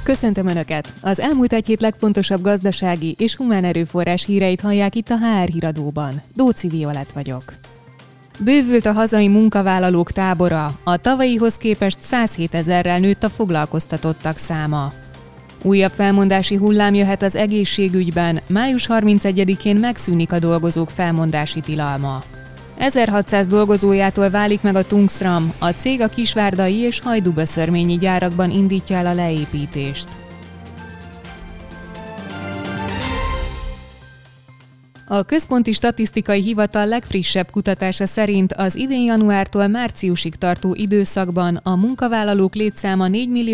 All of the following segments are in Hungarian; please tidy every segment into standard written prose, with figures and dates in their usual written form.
Köszöntöm Önöket! Az elmúlt egy hét legfontosabb gazdasági és humán erőforrás híreit hallják itt a HR Híradóban. Dóczy Violett vagyok. Bővült a hazai munkavállalók tábora, a tavalyihoz képest 107 000-rel nőtt a foglalkoztatottak száma. Újabb felmondási hullám jöhet az egészségügyben, május 31-én megszűnik a dolgozók felmondási tilalma. 1600 dolgozójától válik meg a Tungsram, a cég a kisvárdai és hajdúböszörményi gyárakban indítja el a leépítést. A Központi Statisztikai Hivatal legfrissebb kutatása szerint az idén januártól márciusig tartó időszakban a munkavállalók létszáma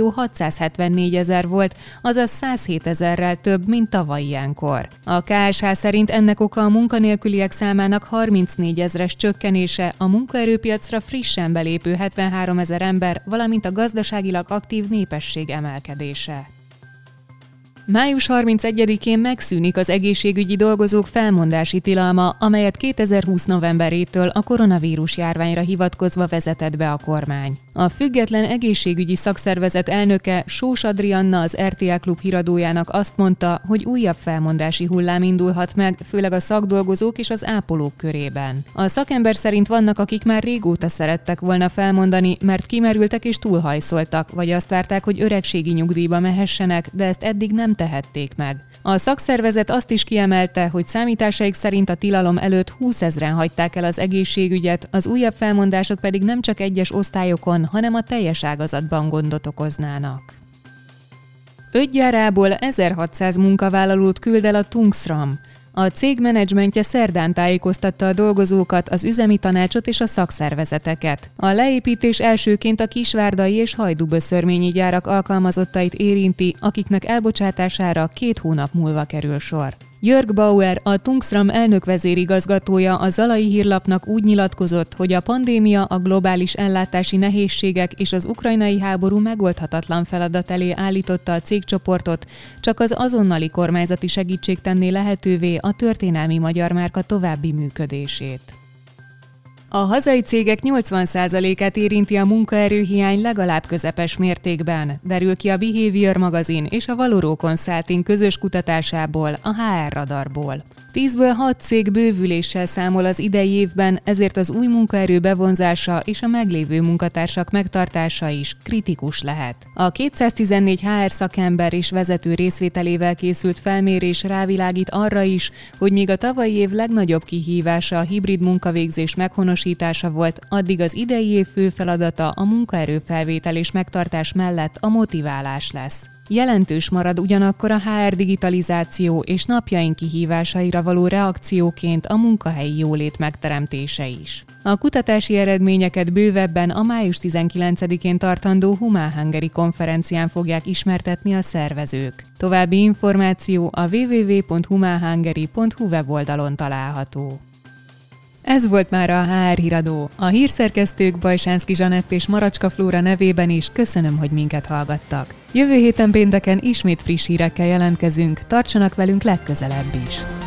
4.674 000 volt, azaz 107 000-rel több, mint tavaly ilyenkor. A KSH szerint ennek oka a munkanélküliek számának 34 000-es csökkenése, a munkaerőpiacra frissen belépő 73 000 ember, valamint a gazdaságilag aktív népesség emelkedése. Május 31-én megszűnik az egészségügyi dolgozók felmondási tilalma, amelyet 2020 novemberétől a koronavírus járványra hivatkozva vezetett be a kormány. A Független Egészségügyi Szakszervezet elnöke, Sós Adrianna az RTL Klub híradójának azt mondta, hogy újabb felmondási hullám indulhat meg, főleg a szakdolgozók és az ápolók körében. A szakember szerint vannak, akik már régóta szerettek volna felmondani, mert kimerültek és túlhajszoltak, vagy azt várták, hogy öregségi nyugdíjba mehessenek, de ezt eddig nem tehették meg. A szakszervezet azt is kiemelte, hogy számításaik szerint a tilalom előtt 20 000-en hagyták el az egészségügyet, az újabb felmondások pedig nem csak egyes osztályokon, hanem a teljes ágazatban gondot okoznának. 5 gyárából 1600 munkavállalót küld el a Tungsram. A cég menedzsmentje szerdán tájékoztatta a dolgozókat, az üzemi tanácsot és a szakszervezeteket. A leépítés elsőként a kisvárdai és hajdúböszörményi gyárak alkalmazottait érinti, akiknek elbocsátására 2 hónap múlva kerül sor. Jörg Bauer, a Tungsram elnök vezérigazgatója a Zalai Hírlapnak úgy nyilatkozott, hogy a pandémia, a globális ellátási nehézségek és az ukrajnai háború megoldhatatlan feladat elé állította a cégcsoportot, csak az azonnali kormányzati segítség tenné lehetővé a történelmi magyar márka további működését. A hazai cégek 80%-át érinti a munkaerőhiány legalább közepes mértékben, derül ki a Behavior magazin és a Valoró Consulting közös kutatásából, a HR Radarból. 10-ből 6 cég bővüléssel számol az idei évben, ezért az új munkaerő bevonzása és a meglévő munkatársak megtartása is kritikus lehet. A 214 HR szakember és vezető részvételével készült felmérés rávilágít arra is, hogy míg a tavalyi év legnagyobb kihívása a hibrid munkavégzés meghonosítása volt, addig az idei év fő feladata a munkaerőfelvétel és megtartás mellett a motiválás lesz. Jelentős marad ugyanakkor a HR digitalizáció és napjaink kihívásaira való reakcióként a munkahelyi jólét megteremtése is. A kutatási eredményeket bővebben a május 19-én tartandó Human Hungary konferencián fogják ismertetni a szervezők. További információ a www.humanhungary.hu weboldalon található. Ez volt már a HR Híradó. A hírszerkesztők Bajsánszky Zsanett és Maracska Flóra nevében is köszönöm, hogy minket hallgattak. Jövő héten pénteken ismét friss hírekkel jelentkezünk, tartsanak velünk legközelebb is!